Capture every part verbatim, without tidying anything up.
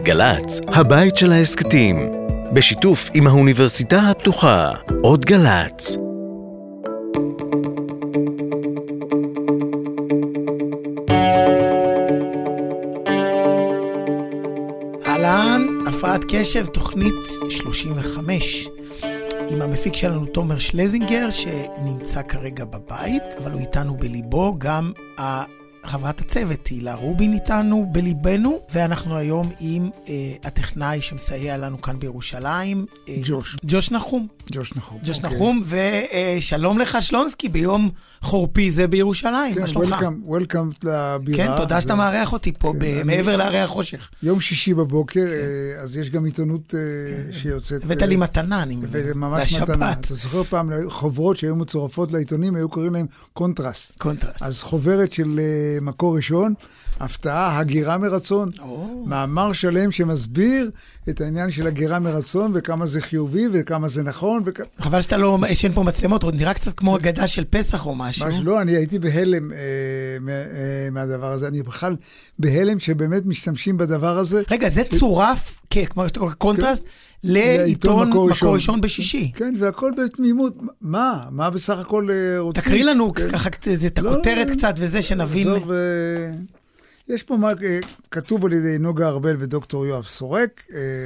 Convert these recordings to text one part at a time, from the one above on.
גל"צ, הבית של העסקתים, בשיתוף עם האוניברסיטה הפתוחה, עוד גל"צ. אהלן, הפרעת קשב, תוכנית שלושים וחמש. עם המפיק שלנו תומר שלזינגר, שנמצא כרגע בבית, אבל הוא איתנו בליבו, גם חברת הצוות תהילה רובין איתנו בליבנו, ואנחנו היום עם אה, הטכנאי שמסייע לנו כאן בירושלים. אה, ג'וש. ג'וש נחום. ג'וש נחום. ג'וש okay. נחום, ושלום לך שלונסקי ביום חורפי זה בירושלים. כן, וולקאם, וולקאם לבירה. כן, תודה שאתה מארח אותי פה, כן, מעבר אני... להרי החושך. יום שישי בבוקר, כן. אז יש גם עיתונות כן. שיוצאת. הבאת לי מתנה, אני מבין. ממש מתנה. אתה זוכר פעם, חוברות שהיו מצורפות לעיתונים, היו קוראים להם קונטרסט. קונטרסט. אז חוברת של מקור ראשון, הפתעה, הגירה מרצון. Oh. מאמר שלם שמסביר את העניין של הגירה מרצון, וכמה זה חיובי, וכמה זה נכון. וכ... חבל שאתה לא, שאין פה מצלמות, עוד נראה קצת כמו אגדה של פסח או משהו. משהו, לא, אני הייתי בהלם אה, מה, אה, מהדבר הזה. אני בכלל בהלם שבאמת משתמשים בדבר הזה. רגע, זה ש... צורף, כמו קונטרסט, כן. לעיתון מקור ראשון. ראשון בשישי. כן, והכל בתמימות. מה? מה בסך הכל רוצים? תקריא לנו ככה, את הכותרת קצת וזה שנבין. עזוב, יש פה מה, כתוב על ידי נוגה ארבל ודוקטור יואב סורק,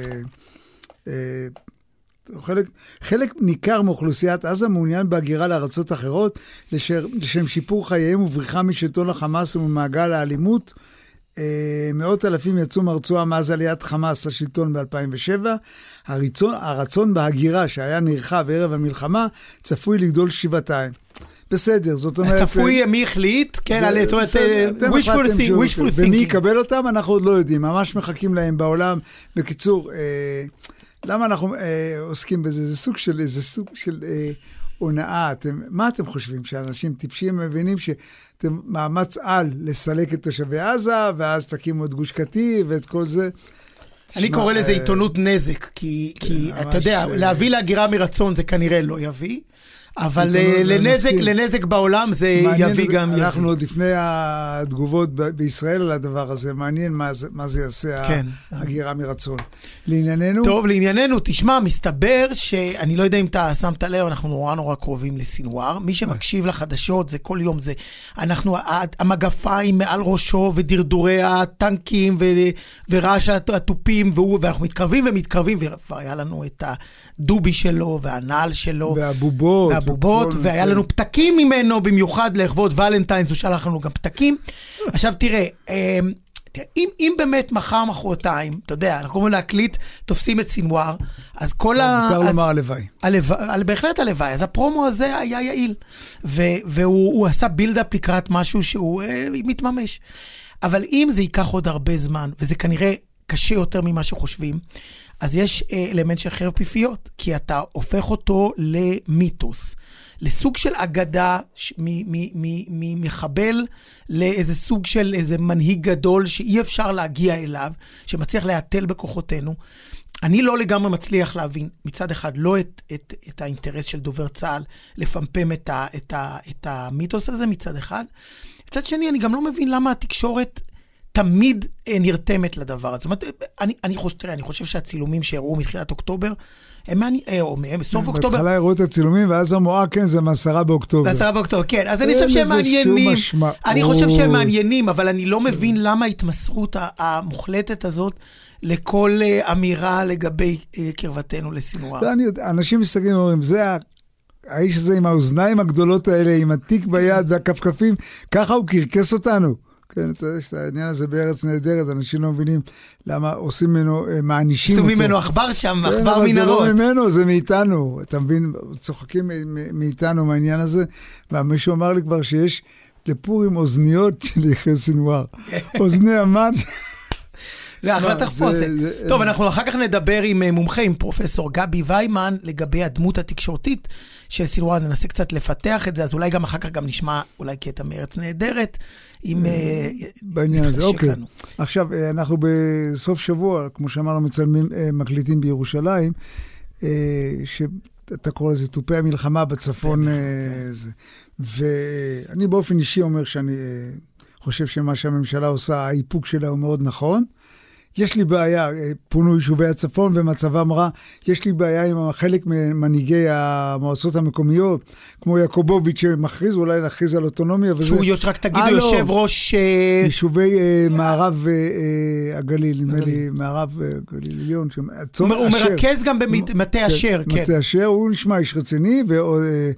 חלק, חלק ניכר מאוכלוסיית עזה מעוניין בהגירה לארצות אחרות, לשם שיפור חייהם ובריחה משלטון החמאס וממעגל האלימות. מאות אלפים יצאו מרצועה מאז עליית חמאס לשלטון ב-אלפיים ושבע. הרצון, הרצון בהגירה שהיה נרחב ערב המלחמה צפוי לגדול שבעתיים. בסדר, זאת אומרת... צפוי מי החליט, כן, על זאת אומרת, wishful thinking. ומי יקבל אותם, אנחנו עוד לא יודעים, ממש מחכים להם בעולם. בקיצור, למה אנחנו עוסקים בזה? זה סוג של, זה סוג של הונאה. מה אתם חושבים? שאנשים טיפשים מבינים שאתם מאמץ על לסלק את תושבי עזה, ואז תקימו את גוש קטיף ואת כל זה. אני קורא לזה עיתונות נזק, כי אתה יודע, להביא להגירה מרצון זה כנראה לא יביא, אבל לנזק, לנזק בעולם זה יביא גם יביא. אנחנו עוד לפני התגובות בישראל על הדבר הזה, מעניין מה זה יעשה הגירה מרצון. לענייננו? טוב, לענייננו, תשמע, מסתבר שאני לא יודע אם אתה שמת לב, אנחנו נורא נורא קרובים לסינואר, מי שמקשיב לחדשות זה כל יום זה, אנחנו, המגפיים מעל ראשו ודרדורי הטנקים ורעש הטופים, ואנחנו מתקרבים ומתקרבים, וכבר היה לנו את הדובי שלו והנעל שלו. והבובות. והבובות, והיה לנו פתקים ממנו, במיוחד לכבוד ולנטיינס, הוא שלח לנו גם פתקים. עכשיו תראה, אם, אם באמת מחר מחרתיים, אתה יודע, אנחנו יכולים להקליט, תופסים את סינואר, אז כל ה... מותר לומר הלוואי. הלוואי, בהחלט הלוואי, אז הפרומו הזה היה יעיל, והוא עשה בילדאפ לקראת משהו שהוא מתממש. אבל אם זה ייקח עוד הרבה זמן, וזה כנראה קשה יותר ממה שחושבים, אז יש אלמנט של חרב פיפיות, כי אתה הופך אותו למיתוס, לסוג של אגדה ממחבל לאיזה סוג של איזה מנהיג גדול שאי אפשר להגיע אליו, שמצליח להטל בכוחותינו. אני לא לגמרי מצליח להבין, מצד אחד, לא את, את, את האינטרס של דובר צה"ל לפמפם את, ה, את, ה, את המיתוס הזה מצד אחד. מצד שני, אני גם לא מבין למה התקשורת תמיד נרתמת לדבר הזה. זאת אומרת, אני, אני, חושב, תראה, אני חושב שהצילומים שהראו מתחילת אוקטובר, הם מעניינים, או מסוף אוקטובר. בהתחלה הראו את הצילומים, ואז אמרו, כן, זה מעשרה באוקטובר. מעשרה באוקטובר, כן. אז אני חושב שהם מעניינים. אני חושב שהם מעניינים, אבל אני לא מבין למה ההתמסרות המוחלטת הזאת לכל אמירה לגבי קרבתנו לסינואר. אנשים מסתכלים ואומרים, זה האיש הזה עם האוזניים הגדולות האלה, עם התיק ביד והכפכפים, ככה הוא קרקס אותנו. כן, אתה יודע שהעניין הזה בארץ נהדרת, אנשים לא מבינים למה עושים ממנו, מענישים אותו. עושים ממנו אכבר שם, אכבר מנהרות. זה לא ממנו, זה מאיתנו. אתה מבין, צוחקים מאיתנו מהעניין הזה, ומישהו אמר לי כבר שיש לפורים אוזניות של יחיא סינואר. אוזני המן. לאחר תחפושת. טוב, אנחנו אחר כך נדבר עם מומחה, עם פרופסור גבי ויימן, לגבי הדמות התקשורתית של סינואר, ננסה קצת לפתח את זה, אז אולי גם אחר כך גם נשמע, אולי קטע מארץ נהדרת, עם... בעניין הזה, אוקיי. עכשיו, אנחנו בסוף שבוע, כמו שאמרנו, מצלמים, מקליטים בירושלים, שאתה קורא לזה טופי המלחמה בצפון, ואני באופן אישי אומר שאני חושב שמה שהממשלה עושה, האיפוק שלה הוא מאוד נכון, יש לי בעיה, פונו יישובי הצפון ומצבם רע, יש לי בעיה עם חלק ממנהיגי המועצות המקומיות, כמו יעקובוביץ' שמכריז, אולי נכריז על אוטונומיה. שהוא וזה... רק תגידו אלו, יושב ראש... יישובי uh, מערב uh, הגליל, נדמה לי, מערב uh, גליל עליון. הוא מרכז גם במטה אשר, כן. מטה אשר, הוא נשמע איש רציני, ו...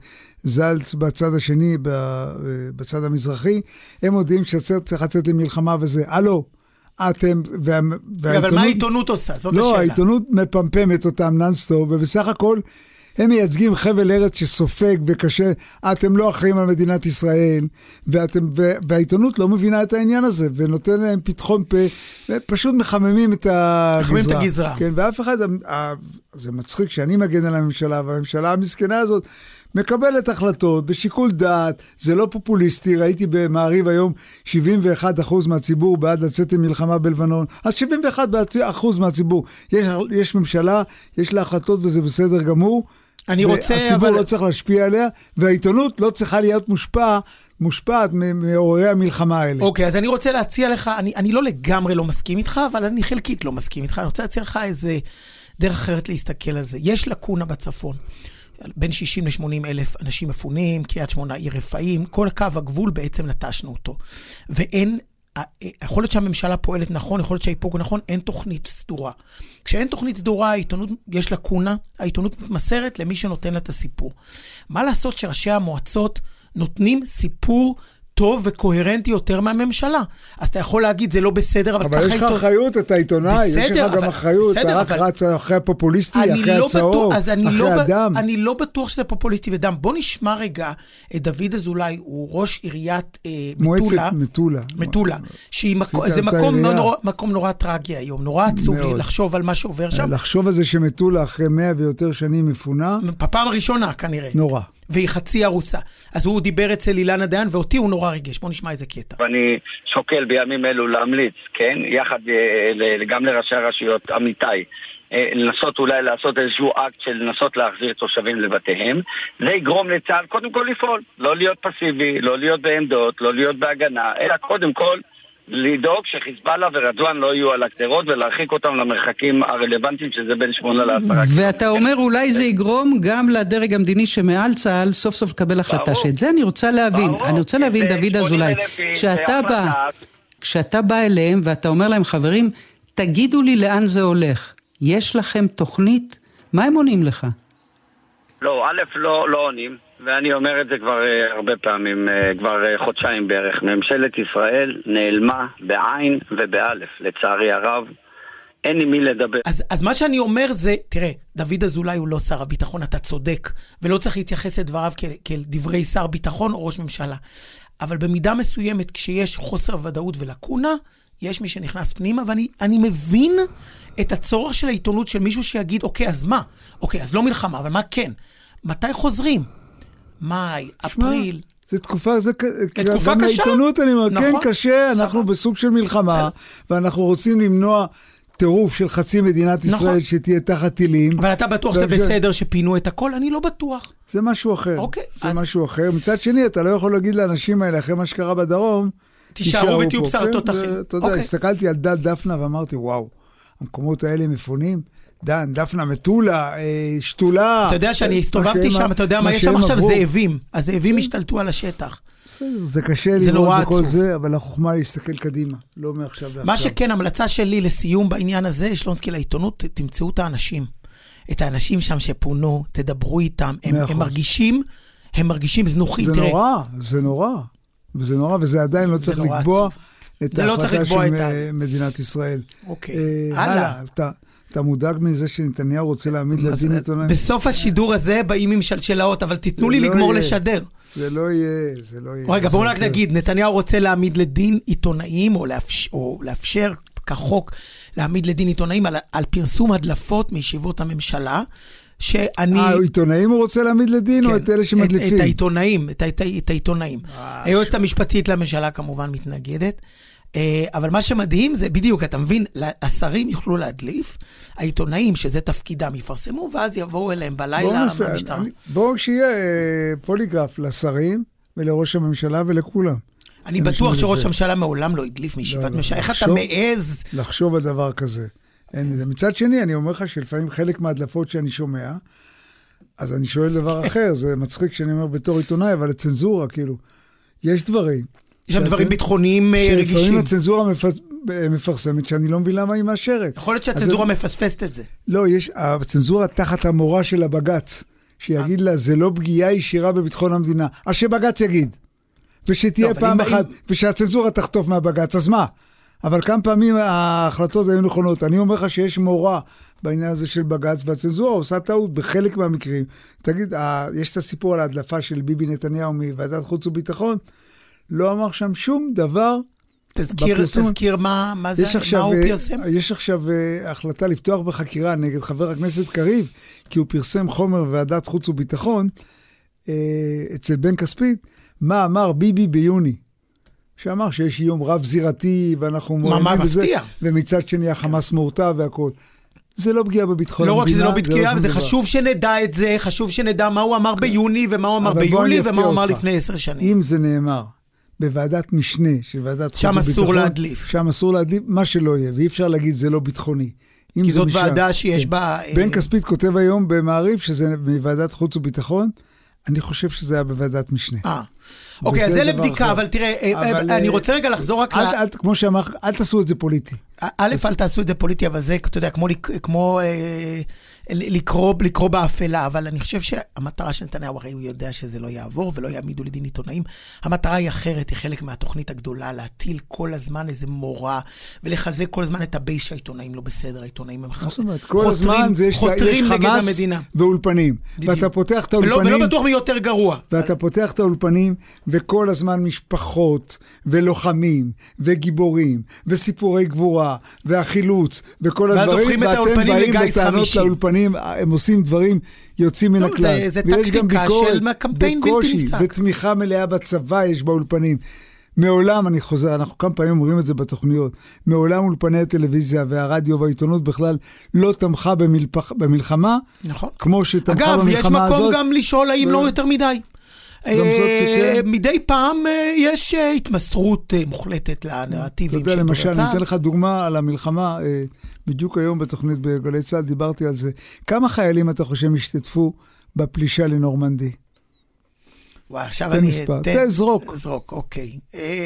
זלץ בצד השני, בצד המזרחי, הם יודעים שצריך לצאת למלחמה וזה. הלו, אתם, והעיתונות... אבל מה העיתונות עושה? זאת השאלה. לא, העיתונות מפמפמת אותם ננסטופ, ובסך הכל הם מייצגים חבל ארץ שסופג וקשה, אתם לא אחראים על מדינת ישראל, ואתם, והעיתונות לא מבינה את העניין הזה, ונותן להם פתחון פה, ופשוט מחממים את הגזרה. מחממים את הגזרה. כן, ואף אחד, זה מצחיק שאני מגן על הממשלה, והממשלה המסכנה הזאת, מקבלת החלטות בשיקול דעת, זה לא פופוליסטי, ראיתי במעריב היום שבעים ואחד אחוז מהציבור בעד לצאת למלחמה בלבנון, אז שבעים ואחד אחוז מהציבור, יש, יש ממשלה, יש לה החלטות וזה בסדר גמור, אני רוצה, הציבור אבל... לא צריך להשפיע עליה, והעיתונות לא צריכה להיות מושפע, מושפעת מאורי המלחמה האלה. אוקיי, אז אני רוצה להציע לך, אני, אני לא לגמרי לא מסכים איתך, אבל אני חלקית לא מסכים איתך, אני רוצה להציע לך איזה דרך אחרת להסתכל על זה. יש לקונה בצפון. בין שישים ל-שמונים אלף אנשים מפונים, קריית שמונה עיר רפאים, כל קו הגבול בעצם נטשנו אותו. ואין, יכול להיות שהממשלה פועלת נכון, יכול להיות שהאיפוג נכון, אין תוכנית סדורה. כשאין תוכנית סדורה, העיתונות, יש לקונה, העיתונות מתמסרת למי שנותן לה את הסיפור. מה לעשות שראשי המועצות נותנים סיפור טוב וקוהרנטי יותר מהממשלה. אז אתה יכול להגיד, זה לא בסדר, אבל, אבל יש לך העיתון... אחריות, אתה עיתונאי, יש לך גם אחריות, אתה רק רץ אחרי הפופוליסטי, אחרי לא הצהוב, בטוח, אחרי לא אדם. ב... אני לא בטוח שזה פופוליסטי ודם. בוא נשמע רגע את דוד אזולאי, הוא ראש עיריית אה, מטולה. מטולה. מטולה. שהיא מקו... זה מקום נורא, מקום נורא טרגי היום, נורא עצוב לי לחשוב על מה שעובר שם. לחשוב על זה שמטולה אחרי מאה ויותר שנים מפונה. בפעם הראשונה כנראה. נורא. והיא חצי הרוסה. אז הוא דיבר אצל אילנה דיין, ואותי הוא נורא ריגש. בוא נשמע איזה קטע. ואני שוקל בימים אלו להמליץ, כן? יחד גם לראשי הרשויות, עמיתי, לנסות אולי לעשות איזשהו אקט של לנסות להחזיר תושבים לבתיהם. זה יגרום לצה"ל קודם כל לפעול. לא להיות פסיבי, לא להיות בעמדות, לא להיות בהגנה, אלא קודם כל לדאוג שחיזבאללה ורדואן לא יהיו על הגדרות ולהרחיק אותם למרחקים הרלוונטיים שזה בין שמונה לעשרה. ואתה אומר אולי זה יגרום גם לדרג המדיני שמעל צה"ל סוף סוף לקבל החלטה שאת זה אני רוצה להבין. אני רוצה להבין דוד אזולאי. כשאתה בא, כשאתה בא אליהם ואתה אומר להם חברים, תגידו לי לאן זה הולך. יש לכם תוכנית? מה הם עונים לך? לא, א' לא, לא עונים. ואני אומר את זה כבר uh, הרבה פעמים, uh, כבר uh, חודשיים בערך. ממשלת ישראל נעלמה בעין ובאלף, לצערי הרב. אין עם מי לדבר. אז, אז מה שאני אומר זה, תראה, דוד אזולאי הוא לא שר הביטחון, אתה צודק, ולא צריך להתייחס לדבריו כדברי שר ביטחון או ראש ממשלה. אבל במידה מסוימת, כשיש חוסר ודאות ולקונה, יש מי שנכנס פנימה, ואני אני מבין את הצורך של העיתונות של מישהו שיגיד, אוקיי, אז מה? אוקיי, אז לא מלחמה, אבל מה כן? מתי חוזרים? מאי, אפריל. זה תקופה, זה תקופה קשה. העיתונות, אני אומר, כן קשה, אנחנו בסוג של מלחמה, ואנחנו רוצים למנוע טירוף של חצי מדינת ישראל שתהיה תחת טילים. אבל אתה בטוח זה בסדר שפינו את הכל? אני לא בטוח. זה משהו אחר. זה משהו אחר. מצד שני, אתה לא יכול להגיד לאנשים האלה, אחרי מה שקרה בדרום, תישארו ותהיו בשר תותחים. אתה יודע, הסתכלתי על דן דפנה ואמרתי, וואו, המקומות האלה מפונים. דן, דפנה, מטולה, שתולה. אתה יודע שאני הסתובבתי שם, אתה יודע מה יש שם עכשיו? זאבים. הזאבים השתלטו על השטח. זה קשה לראות בכל זה, אבל החוכמה להסתכל קדימה, לא מעכשיו ועכשיו. מה שכן, המלצה שלי לסיום בעניין הזה, שלונסקי לעיתונות, תמצאו את האנשים. את האנשים שם שפונו, תדברו איתם, הם מרגישים, הם מרגישים זנוחים. זה נורא, זה נורא. וזה נורא, וזה עדיין לא צריך לקבוע את ההחלטה של מדינת ישראל. אוקיי. הלאה. אתה מודאג מזה שנתניהו רוצה להעמיד לדין עיתונאים? בסוף השידור הזה באים עם שלשלאות, אבל תיתנו לי לגמור לשדר. זה לא יהיה, זה לא יהיה. רגע, בואו רק נגיד, נתניהו רוצה להעמיד לדין עיתונאים, או לאפשר כחוק להעמיד לדין עיתונאים על פרסום הדלפות מישיבות הממשלה, שאני... אה, עיתונאים הוא רוצה להעמיד לדין, או את אלה שמדליפים? את העיתונאים, את העיתונאים. היועצת המשפטית לממשלה כמובן מתנגדת, אבל מה שמדהים זה בדיוק, אתה מבין, השרים יוכלו להדליף, העיתונאים שזה תפקידם יפרסמו, ואז יבואו אליהם בלילה מהמשטרה. בואו שיהיה פוליגרף לשרים ולראש הממשלה ולכולם. אני בטוח שראש הממשלה מעולם לא הדליף מישיבת ממשלה. איך אתה מעז? לחשוב על דבר כזה. מצד שני, אני אומר לך שלפעמים חלק מההדלפות שאני שומע, אז אני שואל דבר אחר, זה מצחיק שאני אומר בתור עיתונאי, אבל הצנזורה, כאילו, יש דברים. יש שם דברים ביטחוניים רגישים. שלפעמים הצנזורה מפרסמת, שאני לא מבין למה היא מאשרת. יכול להיות שהצנזורה מפספסת את זה. לא, יש, הצנזורה תחת המורה של הבג"ץ, שיגיד לה, זה לא פגיעה ישירה בביטחון המדינה. אז שבג"ץ יגיד. ושתהיה פעם אחת, ושהצנזורה תחטוף מהבג"ץ, אז מה? אבל כמה פעמים ההחלטות היו נכונות. אני אומר לך שיש מורה בעניין הזה של בג"ץ, והצנזורה עושה טעות בחלק מהמקרים. תגיד, יש את הסיפור על ההדלפה של ביבי נתניהו מוועדת חוץ וביטחון, לא אמר שם שום דבר. תזכיר, תזכיר מה, מה זה, עכשיו, מה הוא פרסם? יש עכשיו החלטה לפתוח בחקירה נגד חבר הכנסת קריב, כי הוא פרסם חומר בוועדת חוץ וביטחון, אצל בן כספית, מה אמר ביבי ביוני. שאמר שיש איום רב זירתי, ואנחנו מועדים בזה, ומצד שני החמאס מורתע והכל. זה לא פגיעה בביטחון המדינה. לא רק שזה לא בפגיעה, זה חשוב שנדע את זה, חשוב שנדע מה הוא אמר ביוני, ומה הוא אמר ביולי, ומה הוא אמר לפני עשר שנים. אם זה נאמר בוועדת משנה, של ועדת חוץ וביטחון, שם אסור להדליף. שם אסור להדליף, מה שלא יהיה, ואי אפשר להגיד זה לא ביטחוני. כי זאת ועדה שיש בה... בן כספית כותב היום במעריב, שזה מוועדת חוץ וביטחון, אני חושב שזה היה בוועדת משנה. אה. אוקיי, אז זה לבדיקה, אבל תראה, אני רוצה רגע לחזור רק... כמו שאמר, אל תעשו את זה פוליטי. א', אל תעשו את זה פוליטי, אבל זה, אתה יודע, כמו לקרוא באפלה, אבל אני חושב שהמטרה של נתניהו, הרי הוא יודע שזה לא יעבור, ולא יעמידו לדין עיתונאים. המטרה היא אחרת, היא חלק מהתוכנית הגדולה, להטיל כל הזמן איזה מורה, ולחזק כל הזמן את הבייס שהעיתונאים לא בסדר, העיתונאים הם חותרים נגד המדינה. ואולפנים. ואתה פותח את האולפנים... ולא בטוח מי יותר גרוע. ואתה פותח את האולפנים, וכל הזמן משפחות, ולוחמים, וגיבורים, וסיפורי גבורה, והחילוץ, וכל הדברים, ואתם באים בטענות לאולפנים, הם עושים דברים יוצאים מן הכלל. זה טקטיקה של קמפיין בלתי נפסק. ותמיכה מלאה בצבא יש באולפנים. מעולם, אני חוזר, אנחנו כמה פעמים אומרים את זה בתוכניות, מעולם אולפני הטלוויזיה והרדיו והעיתונות בכלל לא תמכה במלחמה, נכון. כמו שתמכה במלחמה הזאת. אגב, יש מקום גם לשאול האם לא יותר מדי. מדי פעם יש התמסרות מוחלטת לנרטיבים של דובר צה"ל. למשל, אני אתן לך דוגמה על המלחמה, בדיוק היום בתוכנית בגלי צה"ל דיברתי על זה. כמה חיילים אתה חושב השתתפו בפלישה לנורמנדי? וואי, עכשיו אני... תן זרוק. זרוק, אוקיי.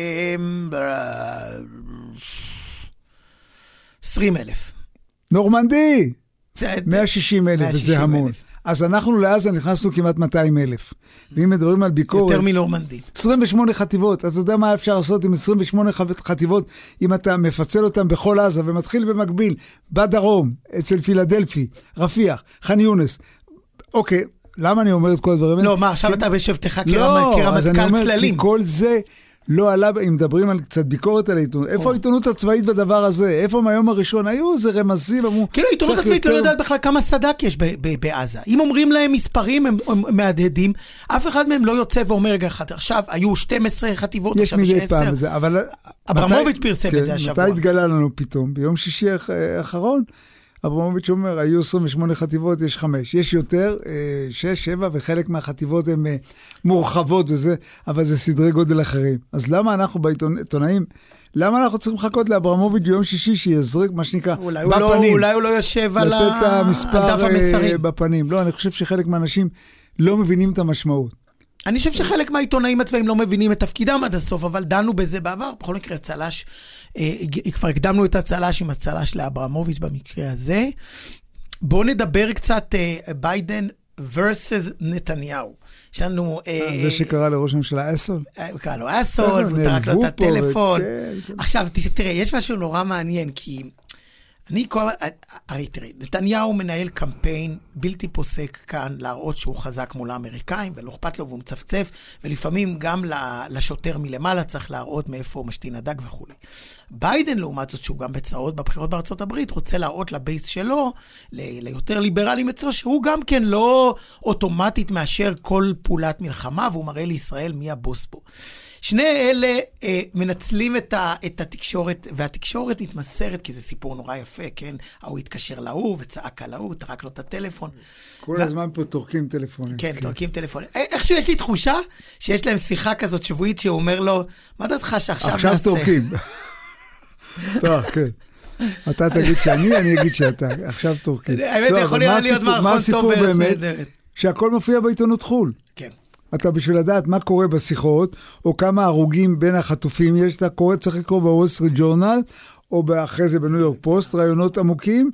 עשרים אלף. נורמנדי! מאה ושישים אלף, וזה המון. אז אנחנו לעזה נכנסנו כמעט מאתיים אלף. ואם מדברים על ביקורת... יותר מנורמנדי. עשרים ושמונה חטיבות. אתה יודע מה אפשר לעשות עם עשרים ושמונה חטיבות, אם אתה מפצל אותם בכל עזה, ומתחיל במקביל, בדרום, אצל פילדלפי, רפיח, ח'אן יונס. אוקיי, למה אני אומר את כל הדברים? לא, מה, עכשיו אתה בשבתך כרמטכ"ל צללים. כי כל זה... לא עלה, אם מדברים על קצת ביקורת על העיתונות, איפה העיתונות הצבאית בדבר הזה? איפה מהיום הראשון היו איזה רמזים, אמרו... כאילו, העיתונות הצבאית לא יודעת בכלל כמה סדק יש בעזה. אם אומרים להם מספרים, הם מהדהדים, אף אחד מהם לא יוצא ואומר רגע אחד. עכשיו, היו שתים עשרה חטיבות, עכשיו יש עשר. אברמוביץ' פרסם את זה השבוע. מתי התגלה לנו פתאום? ביום שישי האחרון, אברמוביץ' אומר, היו עשרים ושמונה חטיבות, יש חמש. יש יותר, שש, שבע, וחלק מהחטיבות הן מורחבות וזה, אבל זה סדרי גודל אחרים. אז למה אנחנו בעיתונאים, למה אנחנו צריכים לחכות לאברמוביץ' ביום שישי שיזרק, מה שנקרא, אולי בפנים? הוא לא, אולי הוא לא יושב על דף המסרים. בפנים. לא, אני חושב שחלק מהאנשים לא מבינים את המשמעות. אני חושב שחלק מהעיתונאים הצבאיים לא מבינים את תפקידם עד הסוף, אבל דנו בזה בעבר. בכל מקרה, צלש, כבר הקדמנו את הצלש עם הצלש לאברמוביץ' במקרה הזה. בואו נדבר קצת ביידן versus נתניהו. יש לנו... זה שקרא לראש הממשלה אסול? הוא קרא לו אסול, והוא טרק לו את הטלפון. עכשיו, תראה, יש משהו נורא מעניין, כי... אני כל... הרי תראי, נתניהו מנהל קמפיין בלתי פוסק כאן להראות שהוא חזק מול האמריקאים, ולא אכפת לו והוא מצפצף, ולפעמים גם לשוטר מלמעלה צריך להראות מאיפה משתין הדג וכו'. ביידן, לעומת זאת, שהוא גם בצעות בבחירות בארצות הברית, רוצה להראות לבייס שלו, ליותר ליברלים אצלו, שהוא גם כן לא אוטומטית מאשר כל פעולת מלחמה, והוא מראה לישראל מי הבוס בו. שני אלה אה, מנצלים את, ה, את התקשורת, והתקשורת מתמסרת, כי זה סיפור נורא יפה, כן? הוא התקשר להוא וצעק על ההוא, תרק לו את הטלפון. כל ו... הזמן פה תורקים טלפונים. כן, כן, תורקים טלפונים. איכשהו יש לי תחושה שיש להם שיחה כזאת שבועית, שהוא אומר לו, מה דעתך שעכשיו נעשה? עכשיו תורקים. טוב, כן. אתה תגיד שאני, אני אגיד שאתה. עכשיו תורקים. האמת, זה יכול להיות מערכון טוב בארץ נהדרת. שהכל מופיע בעיתונות חול. כן. אתה בשביל לדעת מה קורה בשיחות, או כמה הרוגים בין החטופים יש, אתה קורא, צריך לקרוא בוול סטריט ג'ורנל, או אחרי זה בניו יורק פוסט, רעיונות עמוקים,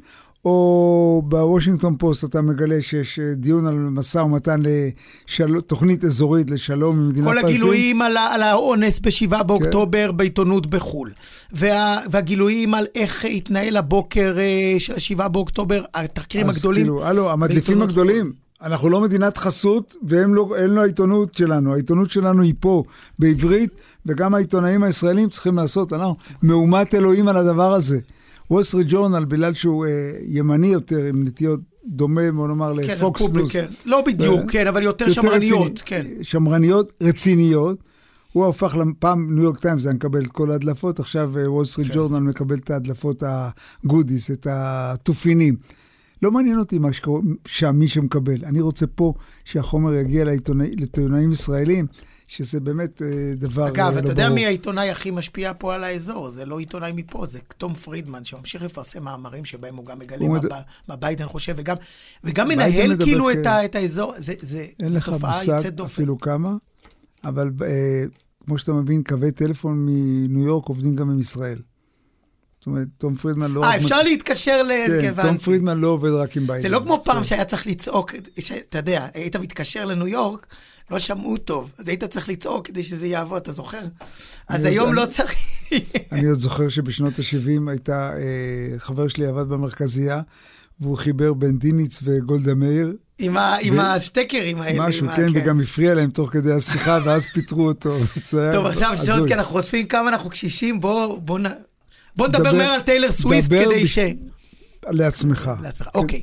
או בוושינגטון פוסט אתה מגלה שיש דיון על משא ומתן לתוכנית אזורית לשלום ממדינת פלסטין. כל הגילויים על, על האונס בשבעה באוקטובר כן. בעיתונות בחול. וה, והגילויים על איך התנהל הבוקר של השבעה באוקטובר, התחקירים הגדולים. כאילו, הלו, המדליפים הגדולים. חול. אנחנו לא מדינת חסות, והם לא, אין לו העיתונות שלנו. העיתונות שלנו היא פה, בעברית, וגם העיתונאים הישראלים צריכים לעשות. אנחנו מהומת אלוהים על הדבר הזה. וול סטריט ג'ורנל, בגלל שהוא אה, ימני יותר, עם נטיות דומה, בוא נאמר, כן, לפוקס ניוז. כן. לא בדיוק, ו... כן, אבל יותר, יותר שמרניות. רציני, כן. שמרניות, רציניות. הוא הפך לפעם, ניו יורק טיימס, זה מקבל את כל ההדלפות, עכשיו וול סטריט כן. ג'ורנל מקבל את ההדלפות הגודיס, את התופינים. לא מעניין אותי מה שקורה, שמי שמקבל. אני רוצה פה שהחומר יגיע לעיתונאים ישראלים, שזה באמת דבר... אגב, אתה יודע מי העיתונאי הכי משפיע פה על האזור? זה לא עיתונאי מפה, זה תום פרידמן, שממשיך לפרסם מאמרים שבהם הוא גם מגלה מה ביידן חושב, וגם מנהל כאילו את האזור. אין לך מושג אפילו כמה, אבל כמו שאתה מבין, קווי טלפון מניו יורק עובדים גם עם ישראל. זאת אומרת, תום פרידמן לא... אה, אפשר להתקשר ל... כן, תום פרידמן לא עובד רק עם ביידן. זה לא כמו פעם שהיה צריך לצעוק, אתה יודע, היית מתקשר לניו יורק, לא שמעו טוב, אז היית צריך לצעוק כדי שזה יעבוד, אתה זוכר? אז היום לא צריך... אני עוד זוכר שבשנות ה-שבעים הייתה, חבר שלי עבד במרכזייה, והוא חיבר בין דיניץ וגולדה מאיר. עם השטקרים האלה. משהו, כן, וגם הפריע להם תוך כדי השיחה, ואז פיתרו אותו. טוב, עכשיו שעות, כי אנחנו חושפים כמה אנחנו קשישים, בואו נדבר מהר על טיילר סוויפט כדי ש... לעצמך. לעצמך, אוקיי.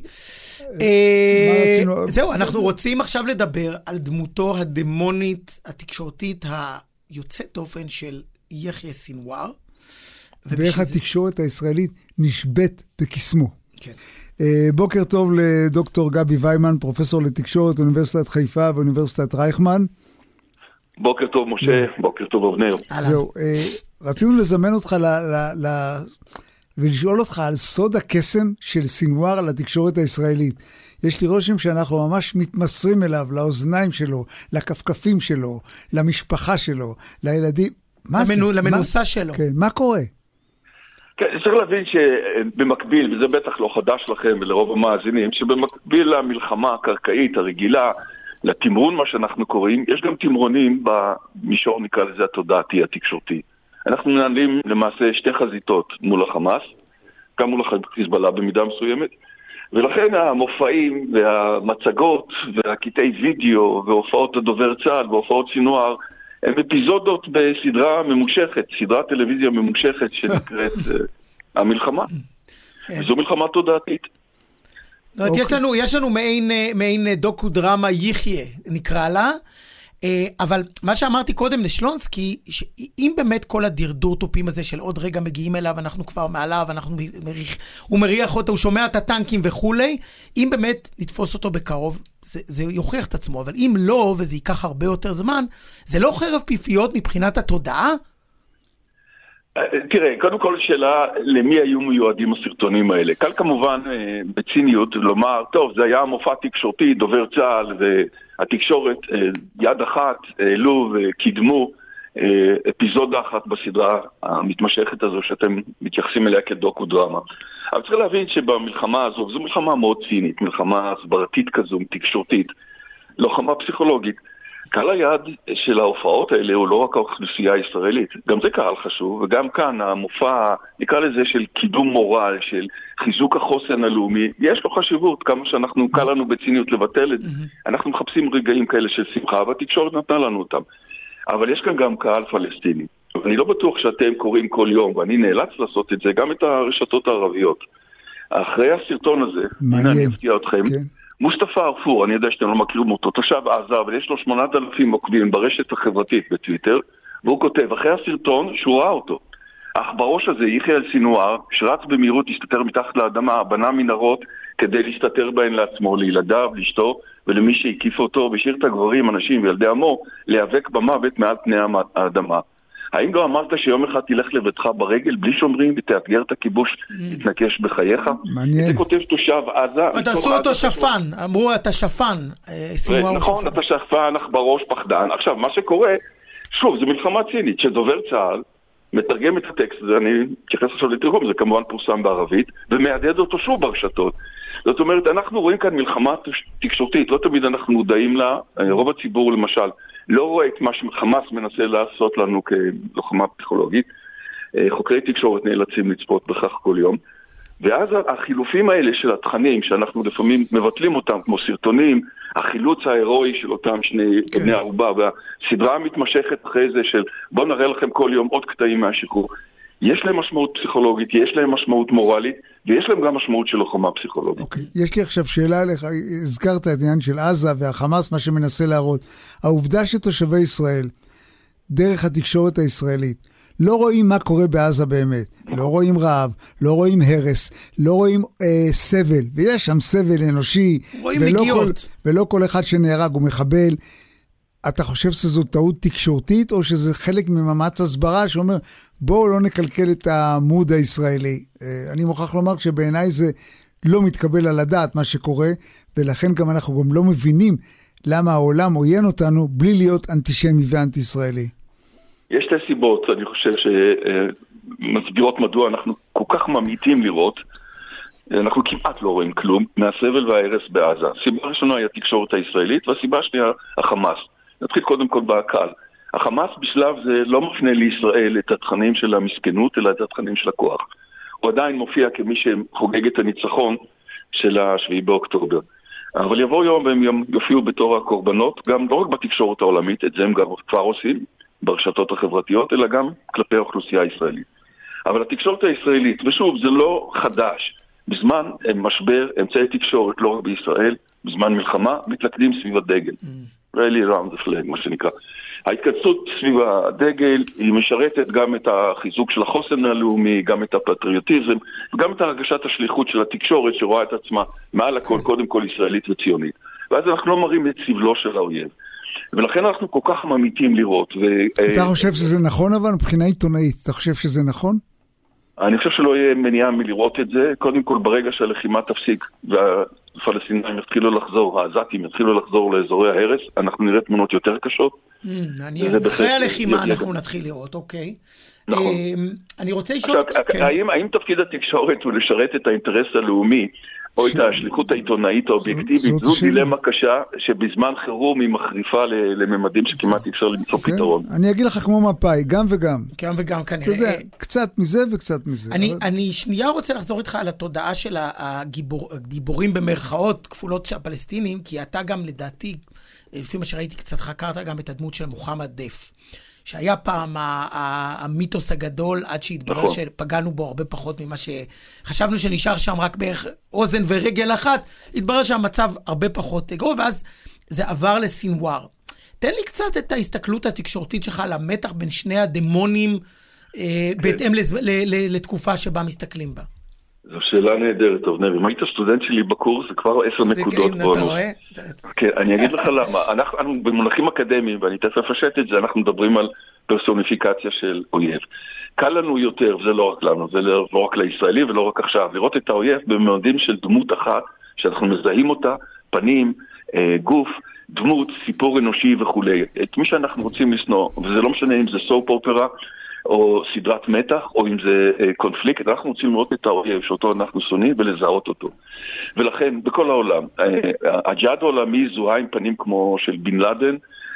זהו, אנחנו רוצים עכשיו לדבר על דמותו הדמונית, התקשורתית, היוצאת דופן של יחיא סינואר. ואיך התקשורת הישראלית נשבט בקסמו. כן. בוקר טוב לדוקטור גבי ויימן, פרופסור לתקשורת אוניברסיטת חיפה ואוניברסיטת רייכמן. בוקר טוב משה, בוקר טוב אבנר. זהו, רצינו לזמן אותך ל... ולשאול אותך על סוד הקסם של סינואר על התקשורת הישראלית. יש לי רושם שאנחנו ממש מתמסרים אליו, לאוזניים שלו, לכפכפים שלו, למשפחה שלו, לילדים. למנו, למנוסה מה, שלו. כן, מה קורה? כן, צריך להבין שבמקביל, וזה בטח לא חדש לכם ולרוב המאזינים, שבמקביל למלחמה הקרקעית הרגילה, לתמרון מה שאנחנו קוראים, יש גם תמרונים במישור נקרא לזה התודעתי, התקשורתי. אנחנו מנהלים למעשה שתי חזיתות מול החמאס, גם מול החיזבאללה במידה מסוימת, ולכן המופעים והמצגות והקטעי וידאו והופעות הדובר צה"ל והופעות סינואר, הם אפיזודות בסדרה ממושכת, סדרת טלוויזיה ממושכת שנקראת המלחמה. זו מלחמה תודעתית. יש לנו מעין דוקו דרמה יחיה, נקרא לה, אבל מה שאמרתי קודם לשלונסקי, אם באמת כל הדרדור טופים הזה של עוד רגע מגיעים אליו, אנחנו כבר מעליו, אנחנו מריח, הוא מריח אותו, הוא שומע את הטנקים וכולי, אם באמת נתפוס אותו בקרוב, זה, זה יוכיח את עצמו, אבל אם לא, וזה ייקח הרבה יותר זמן, זה לא חרב פיפיות מבחינת התודעה? תראה, קודם כל שאלה, למי היו מיועדים הסרטונים האלה? קל כמובן בציניות לומר, טוב, זה היה מופע תקשורתי, דובר צה"ל, והתקשורת יד אחת העלו וקידמו אפיזודה אחת בסדרה המתמשכת הזו שאתם מתייחסים אליה כדוקו דרמה. אבל צריך להבין שבמלחמה הזו, זו מלחמה מאוד צינית, מלחמה הסברתית כזו, תקשורתית, לוחמה פסיכולוגית. קהל היעד של ההופעות האלה הוא לא רק האוכלוסייה הישראלית, גם זה קהל חשוב, וגם כאן המופע, נקרא לזה של קידום מורל, של חיזוק החוסן הלאומי, יש לו חשיבות, כמה שאנחנו, קל לנו בציניות לבטל את זה, אנחנו מחפשים רגעים כאלה של שמחה, והתקשורת נתנה לנו אותם. אבל יש כאן גם קהל פלסטיני, ואני לא בטוח שאתם קוראים כל יום, ואני נאלץ לעשות את זה, גם את הרשתות הערביות. אחרי הסרטון הזה, הנה אני אפתיע אתכם, כן. מוסטפא ערפור, אני יודע שאתם לא מכירים אותו, תושב עזה, אבל יש לו שמונת אלפים עוקבים ברשת החברתית בטוויטר, והוא כותב, אחרי הסרטון, שהוא ראה אותו. אך בראש הזה, יחיא אל-סינואר, שרץ במהירות להסתתר מתחת לאדמה, בנה מנהרות כדי להסתתר בהן לעצמו, לילדיו, לאשתו, ולמי שהקיף אותו, והשאיר את הגברים, אנשים וילדי עמו, להיאבק במוות מעל פני האדמה. האם לא אמרת שיום אחד תלך לביתך ברגל, בלי שומרים, ותאתגר את הכיבוש, תתנקש בחייך? מעניין. זה כותב תושב עזה. אתה עשו אותו שפן, אמרו, אתה שפן. נכון, אתה שפן, אך בראש פחדן. עכשיו, מה שקורה, שוב, זה מלחמה צינית, שדובר צה"ל, מתרגם את הטקסט, אני מתייחס עכשיו לתרגום, זה כמובן פורסם בערבית, ומעדד אותו שוב ברשתות. זאת אומרת, אנחנו רואים כאן מלחמה תקשורתית, לא תמיד אנחנו מודעים לה, רוב הציבור למשל, לא רואה את מה שחמאס מנסה לעשות לנו כלוחמה פסיכולוגית, חוקרי תקשורת נאלצים לצפות בכך כל יום, ואז החילופים האלה של התכנים, שאנחנו לפעמים מבטלים אותם, כמו סרטונים, החילוץ ההירואי של אותם שני בני ערובה, והסדרה המתמשכת אחרי זה של בואו נראה לכם כל יום עוד קטעים מהשחרור, יש להם משמעות פסיכולוגית, יש להם משמעות מורלית, ויש להם גם משמעות של לוחמה פסיכולוגית. אוקיי, יש לי עכשיו שאלה לך, הזכרת את העניין של עזה והחמאס, מה שמנסה להראות. העובדה שתושבי ישראל, דרך התקשורת הישראלית, לא רואים מה קורה בעזה באמת. לא רואים רעב, לא רואים הרס, לא רואים אה, סבל, ויש שם סבל אנושי, ולא כל, ולא כל אחד שנהרג הוא מחבל. אתה חושב שזו טעות תקשורתית, או שזה חלק ממאמץ הסברה שאומר, בואו לא נקלקל את המוד הישראלי? אני מוכרח לומר שבעיניי זה לא מתקבל על הדעת מה שקורה, ולכן גם אנחנו גם לא מבינים למה העולם עוין אותנו בלי להיות אנטישמי ואנטי-ישראלי. יש שתי סיבות, אני חושב שמסבירות מדוע אנחנו כל כך ממעיטים לראות, אנחנו כמעט לא רואים כלום מהסבל וההרס בעזה. הסיבה הראשונה היא התקשורת הישראלית, והסיבה השנייה, החמאס. נתחיל קודם כל בהקל. החמאס בשלב זה לא מפנה לישראל את התכנים של המסכנות, אלא את התכנים של הכוח. הוא עדיין מופיע כמי שחוגג את הניצחון של השביעי באוקטובר. אבל יבוא יום והם יופיעו בתור הקורבנות, גם לא רק בתקשורת העולמית, את זה הם גם כבר עושים, ברשתות החברתיות, אלא גם כלפי האוכלוסייה הישראלית. אבל התקשורת הישראלית, ושוב, זה לא חדש, בזמן משבר, אמצעי תקשורת, לא רק בישראל, בזמן מלחמה, מתלכדים סביב הדגל. Rally around the flag, מה שנקרא. ההתכנסות סביב הדגל היא משרתת גם את החיזוק של החוסן הלאומי, גם את הפטריוטיזם, וגם את הרגשת השליחות של התקשורת שרואה את עצמה מעל הכל, קודם כל ישראלית וציונית. ואז אנחנו לא מראים את סבלו של האויב. ולכן אנחנו כל כך ממעיטים לראות. ו... אתה חושב שזה נכון אבל מבחינה עיתונאית? אתה חושב שזה נכון? אני חושב שלא יהיה מניעה מלראות את זה. קודם כל ברגע שהלחימה תפסיק והפלסטינאים יתחילו לחזור, העזתים יתחילו לחזור לאזורי ההרס, אנחנו נראה תמונות יותר קשות. אחרי הלחימה אנחנו נתחיל לראות, אוקיי. נכון. אני רוצה לשאול... האם תפקיד התקשורת הוא לשרת את האינטרס הלאומי, או את השליחות העיתונאית האובייקטיבית? זו דילמה קשה שבזמן חירום היא מחריפה לממדים שכמעט אפשר למצוא פתרון. אני אגיד לך כמו מפאי, גם וגם. גם וגם כנראה. אתה יודע, קצת מזה וקצת מזה. אני שנייה רוצה לחזור איתך על התודעה של הגיבורים במרכאות כפולות של הפלסטינים, כי אתה גם לדעתי, לפי מה שראיתי קצת חקרת גם את הדמות של מוחמד דף. שהיה פעם המיתוס הגדול, עד שהתברר שפגענו בו הרבה פחות ממה שחשבנו שנשאר שם רק בערך אוזן ורגל אחת, התברר שהמצב הרבה פחות גרוע, ואז זה עבר לסינואר. תן לי קצת את ההסתכלות התקשורתית שלך על המתח בין שני הדמונים, בהתאם לתקופה שבה מסתכלים בה. זו שאלה נהדרת, אבנר. אם היית סטודנט שלי בקורס, זה כבר עשר נקודות בונוס. כן, אני אגיד לך למה. אנחנו במונחים אקדמיים, ואני תכף אפשט את זה, אנחנו מדברים על פרסוניפיקציה של אויב. קל לנו יותר, וזה לא רק לנו, זה לא רק לישראלי ולא רק עכשיו, לראות את האויב בממדים של דמות אחת, שאנחנו מזהים אותה, פנים, גוף, דמות, סיפור אנושי וכו'. את מי שאנחנו רוצים לשנוא, וזה לא משנה אם זה סופ אופרה, או סדרת מתח, או אם זה קונפליקט, אנחנו רוצים לראות את האויב שאותו אנחנו שונאים ולזהות אותו. ולכן, בכל העולם, הג'יהאד העולמי זוהה עם פנים כמו של בן לאדן,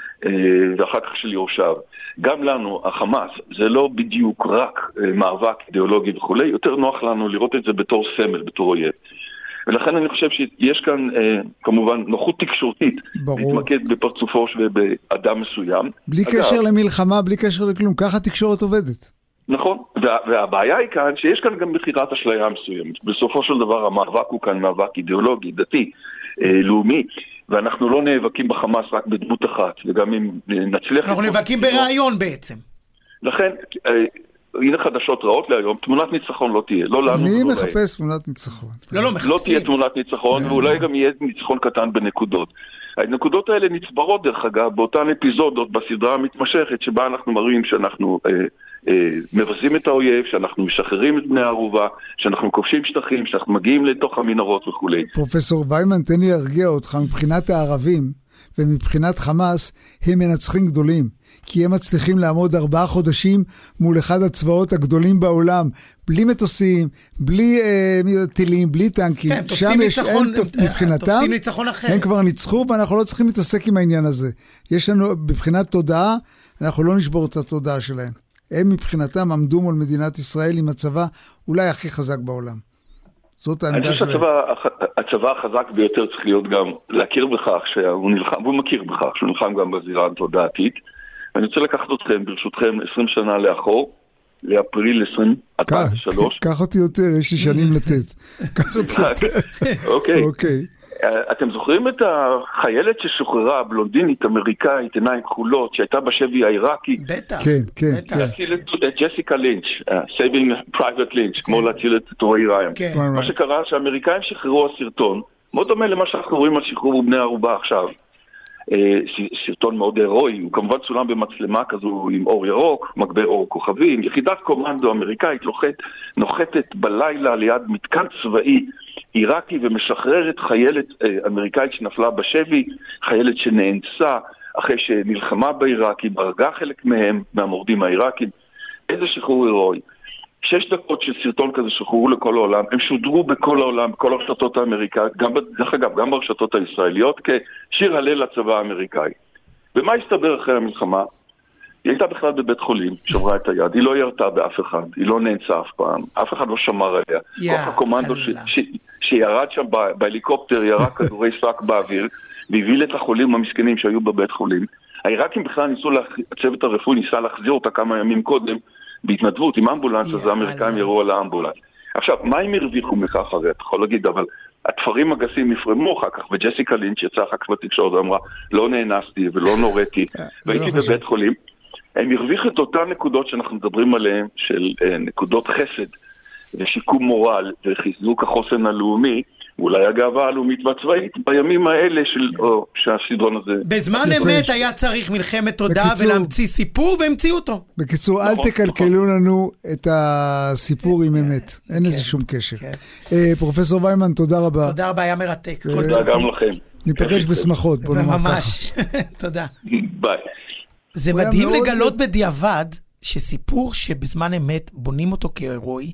ואחר כך של יורשיו. גם לנו, החמאס, זה לא בדיוק רק מאבק אידיאולוגי וכו', יותר נוח לנו לראות את זה בתור סמל, בתור אויב. ולכן אני חושב שיש כאן כמובן נוחות תקשורתית, להתמקד בפרצופו ובאדם מסוים. בלי קשר למלחמה, בלי קשר לכלום, ככה תקשורת עובדת. נכון, והבעיה היא כאן שיש כאן גם בחירת אשליה מסוימת. בסופו של דבר המאבק הוא כאן מאבק אידיאולוגי, דתי, לאומי, ואנחנו לא נאבקים בחמאס רק בדמות אחת, וגם אם נצליח... אנחנו נאבקים ברעיון בעצם. לכן, הנה חדשות רעות להיום, תמונת ניצחון לא תהיה, לא לנו. מי מחפש תמונת ניצחון? לא, לא, מחפשים. לא תהיה תמונת ניצחון, ואולי גם יהיה ניצחון קטן בנקודות. הנקודות האלה נצברות, דרך אגב, באותן אפיזודות בסדרה המתמשכת, שבה אנחנו מראים שאנחנו אה, אה, מבזים את האויב, שאנחנו משחררים את בני הערובה, שאנחנו כובשים שטחים, שאנחנו מגיעים לתוך המנהרות וכו'. פרופסור ויימן, תן לי להרגיע אותך, מבחינת הערבים ומבחינת חמאס, הם מנצחים גדולים. כי הם מצליחים לעמוד ארבעה חודשים מול אחד הצבאות הגדולים בעולם, בלי מטוסים, בלי אה, טילים, בלי טנקים. כן, תופסים ניצחון, תופסים ניצחון אחר. הם כבר ניצחו, ואנחנו לא צריכים להתעסק עם העניין הזה. יש לנו, בבחינת תודעה, אנחנו לא נשבור את התודעה שלהם. הם מבחינתם עמדו מול מדינת ישראל עם הצבא אולי הכי חזק בעולם. זאת העמדה שלהם. אני חושב שהצבא החזק ביותר צריך להיות גם להכיר בכך שהוא נלחם, והוא מכיר בכך שהוא נלחם גם בזירה התודעתית. אני רוצה לקחת אתכם, ברשותכם, עשרים שנה לאחור, לאפריל עשרים ושלוש. קח אותי יותר, יש לי שנים לתת. קח אותי יותר. אוקיי. אוקיי. אתם זוכרים את החיילת ששוחררה, בלונדינית, אמריקאית, עיניים כחולות, שהייתה בשבי העיראקי? בטח. כן, כן. להציל את ג'סיקה לינץ', saving private lynch, כמו להציל את טוראי ריין. מה שקרה, שהאמריקאים שחררו הסרטון, מאוד דומה למה שאנחנו רואים על שחרור בני ערובה עכשיו. סרטון מאוד הירואי, הוא כמובן צולם במצלמה כזו עם אור ירוק, מגבר אור כוכבים, יחידת קומנדו אמריקאית לוחת, נוחתת בלילה ליד מתקן צבאי עיראקי ומשחררת חיילת אמריקאית שנפלה בשבי, חיילת שנאנסה אחרי שנלחמה בעיראקי, ברגה חלק מהם, מהמורדים העיראקים. איזה שחרור הירואי. שש דקות של סרטון כזה שחררו לכל העולם, הם שודרו בכל העולם, בכל הרשתות האמריקאיות, גם, דרך אגב, גם ברשתות הישראליות, כשיר הלל לצבא האמריקאי. ומה הסתבר אחרי המלחמה? היא הייתה בכלל בבית חולים, שברה את היד, היא לא ירתה באף אחד, היא לא נאנסה אף פעם, אף אחד לא שמר עליה. Yeah, כוח הקומנדו ש, ש, שירד שם ב, בהליקופטר, ירה כדורי סק באוויר, והביא את החולים המסכנים שהיו בבית חולים. העיראקים בכלל ניסו, לה, הצוות הרפואי ניסה להחזיר אותה כמה ימים קודם, בהתנדבות עם אמבולנס, אז האמריקאים יראו על האמבולנס. עכשיו, מה הם הרוויחו מכך? הרי אתה יכול להגיד, אבל התפרים הגסים יפרמו אחר כך, וג'סיקה לינץ' יצאה אחר כך בתקשורת ואמרה, לא נאנסתי ולא נוריתי, והייתי בבית חולים. הם הרוויחו את אותן נקודות שאנחנו מדברים עליהן, של נקודות חסד ושיקום מורל וחיזוק החוסן הלאומי, ואולי הגאווה הלאומית והצבאית, בימים האלה של, או, שהסדרון הזה... בזמן אמת היה צריך מלחמת תודעה ולהמציא סיפור, והמציאו אותו. בקיצור, אל תקלקלו לנו את הסיפור עם אמת. אין לזה שום קשר. פרופסור ויימן, תודה רבה. תודה רבה, היה מרתק. תודה גם לכם. ניפגש בשמחות, בוא נאמר ככה. ממש, תודה. ביי. זה מדהים לגלות בדיעבד, שסיפור שבזמן אמת בונים אותו כהירואי,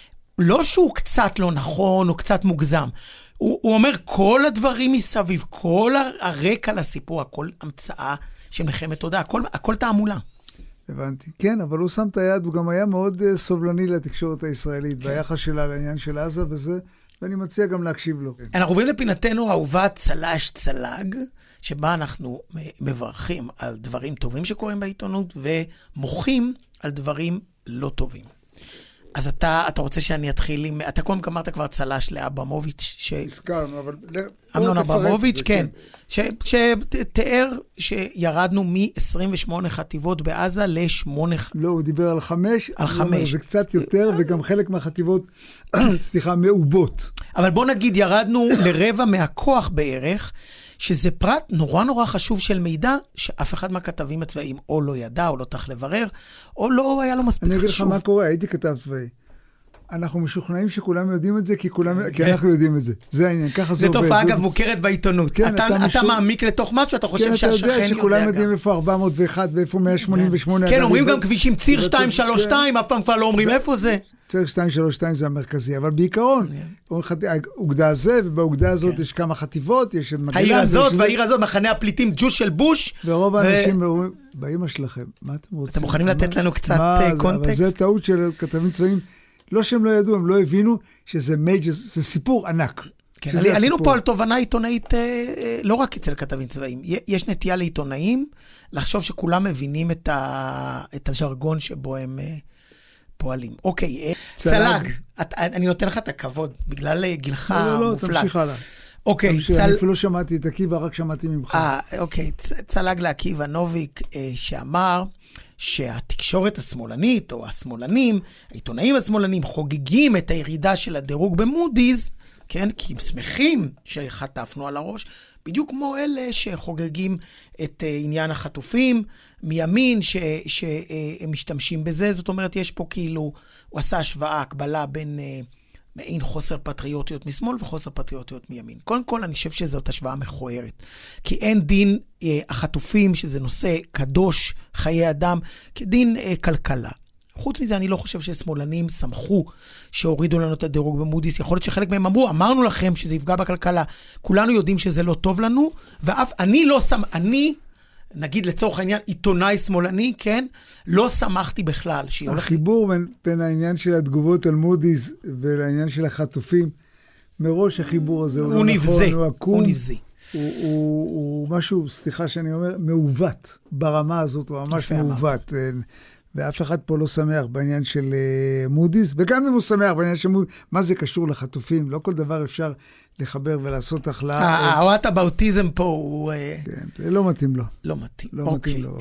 לא שהוא קצת לא נכון או קצת מוגזם. הוא, הוא אומר כל הדברים מסביב, כל הרקע לסיפור, הכל המצאה של מלחמת תודעה, הכל, הכל תעמולה. הבנתי. כן, אבל הוא שם את היד, הוא גם היה מאוד uh, סובלני לתקשורת הישראלית, כן. ביחס שלה לעניין של עזה וזה, ואני מציע גם להקשיב לו. אנחנו עוברים לפינתנו האהובה צלש צלג, שבה אנחנו מברכים על דברים טובים שקורים בעיתונות, ומוחים על דברים לא טובים. אז אתה, אתה רוצה שאני אתחיל עם... אתה קודם אמרת כבר צלש לאברמוביץ' ש... הזכרנו, אבל... אמנון אברמוביץ', כן. שתיאר שירדנו מ-עשרים ושמונה חטיבות בעזה ל-שמונה... לא, הוא דיבר על חמש. על חמש. זה קצת יותר, וגם חלק מהחטיבות, סליחה, מעובות. אבל בוא נגיד, ירדנו לרבע מהכוח בערך, שזה פרט נורא נורא חשוב של מידע, שאף אחד מהכתבים הצבאיים או לא ידע, או לא תח לברר, או לא היה לו מספיק חשוב. אני אגיד לך מה קורה, הייתי כתב צבאי. אנחנו משוכנעים שכולם יודעים את זה, כי, כולם, כי אנחנו יודעים את זה. זה העניין, ככה זה עובד. זה תופעה, אגב, מוכרת בעיתונות. כן, אתה, אתה, אתה מעמיק לתוך משהו, אתה חושב שהשכן יודע גם. כן, אתה יודע שכולם יודעים איפה ארבע מאות ואחת ואיפה מאה שמונים ושמונה. כן, אומרים גם כבישים ציר שתיים שלוש שתיים, אף פעם כבר לא אומרים איפה זה. ציר שתיים שלוש שתיים זה המרכזי, אבל בעיקרון, האוגדה הזה, ובאוגדה הזאת יש כמה חטיבות, יש מגלן. העיר הזאת והעיר הזאת, מחנה הפליטים ג'וש של בוש. ורוב האנשים אומרים, באמא שלכם, מה אתם רוצים? אתם מוכנים לתת לנו קצת קונטקסט? אבל זה טעות של כתבים צבאיים. לא שהם לא ידעו, הם לא הבינו שזה מייג'ר, זה סיפור ענק. כן, עלינו פה על תובנה עיתונאית, לא רק אצל כתבים צבאיים. יש נטייה לעיתונאים לחשוב שכולם מבינים את הז'רגון שבו הם פועלים. אוקיי, צלג, אני נותן לך את הכבוד, בגלל גילך מופלג. לא, לא, תמשיך הלאה. אוקיי, אני אפילו שמעתי את עקיבא, רק שמעתי ממך. אה, אוקיי, צלג לעקיבא נוביק שאמר, שהתקשורת השמאלנית, או השמאלנים, העיתונאים השמאלנים, חוגגים את הירידה של הדירוג במודי'ס, כן? כי הם שמחים שחטפנו על הראש, בדיוק כמו אלה שחוגגים את עניין החטופים, מימין שהם משתמשים בזה. זאת אומרת, יש פה כאילו, הוא עשה השוואה, הקבלה בין מעין חוסר פטריוטיות משמאל וחוסר פטריוטיות מימין. קודם כל, אני חושב שזאת השוואה מכוערת. כי אין דין החטופים, שזה נושא קדוש, חיי אדם, כדין כלכלה. חוץ מזה, אני לא חושב ששמאלנים שמחו שהורידו לנו את הדירוג במודי'ס. יכול להיות שחלק מהם אמרו, אמרנו לכם שזה יפגע בכלכלה. כולנו יודעים שזה לא טוב לנו, ואף אני לא שם, אני, נגיד לצורך העניין, עיתונאי שמאלני, כן, לא שמחתי בכלל. החיבור בין, בין העניין של התגובות על מודי'ס ולעניין של החטופים, מראש החיבור הזה הוא, הוא לא נבזה, נכון, הוא עקום. הוא נבזה. הוא, הוא, הוא משהו, סליחה שאני אומר, מעוות ברמה הזאת, הוא ממש מעוות. ואף אחד פה לא שמח בעניין של uh, מודי'ס, וגם אם הוא שמח בעניין של מודי'ס, מה זה קשור לחטופים? לא כל דבר אפשר לחבר ולעשות החלאה. ההוואט הבאוטיזם פה הוא... כן, לא מתאים לו. לא מתאים, לא אוקיי. מתאים לו.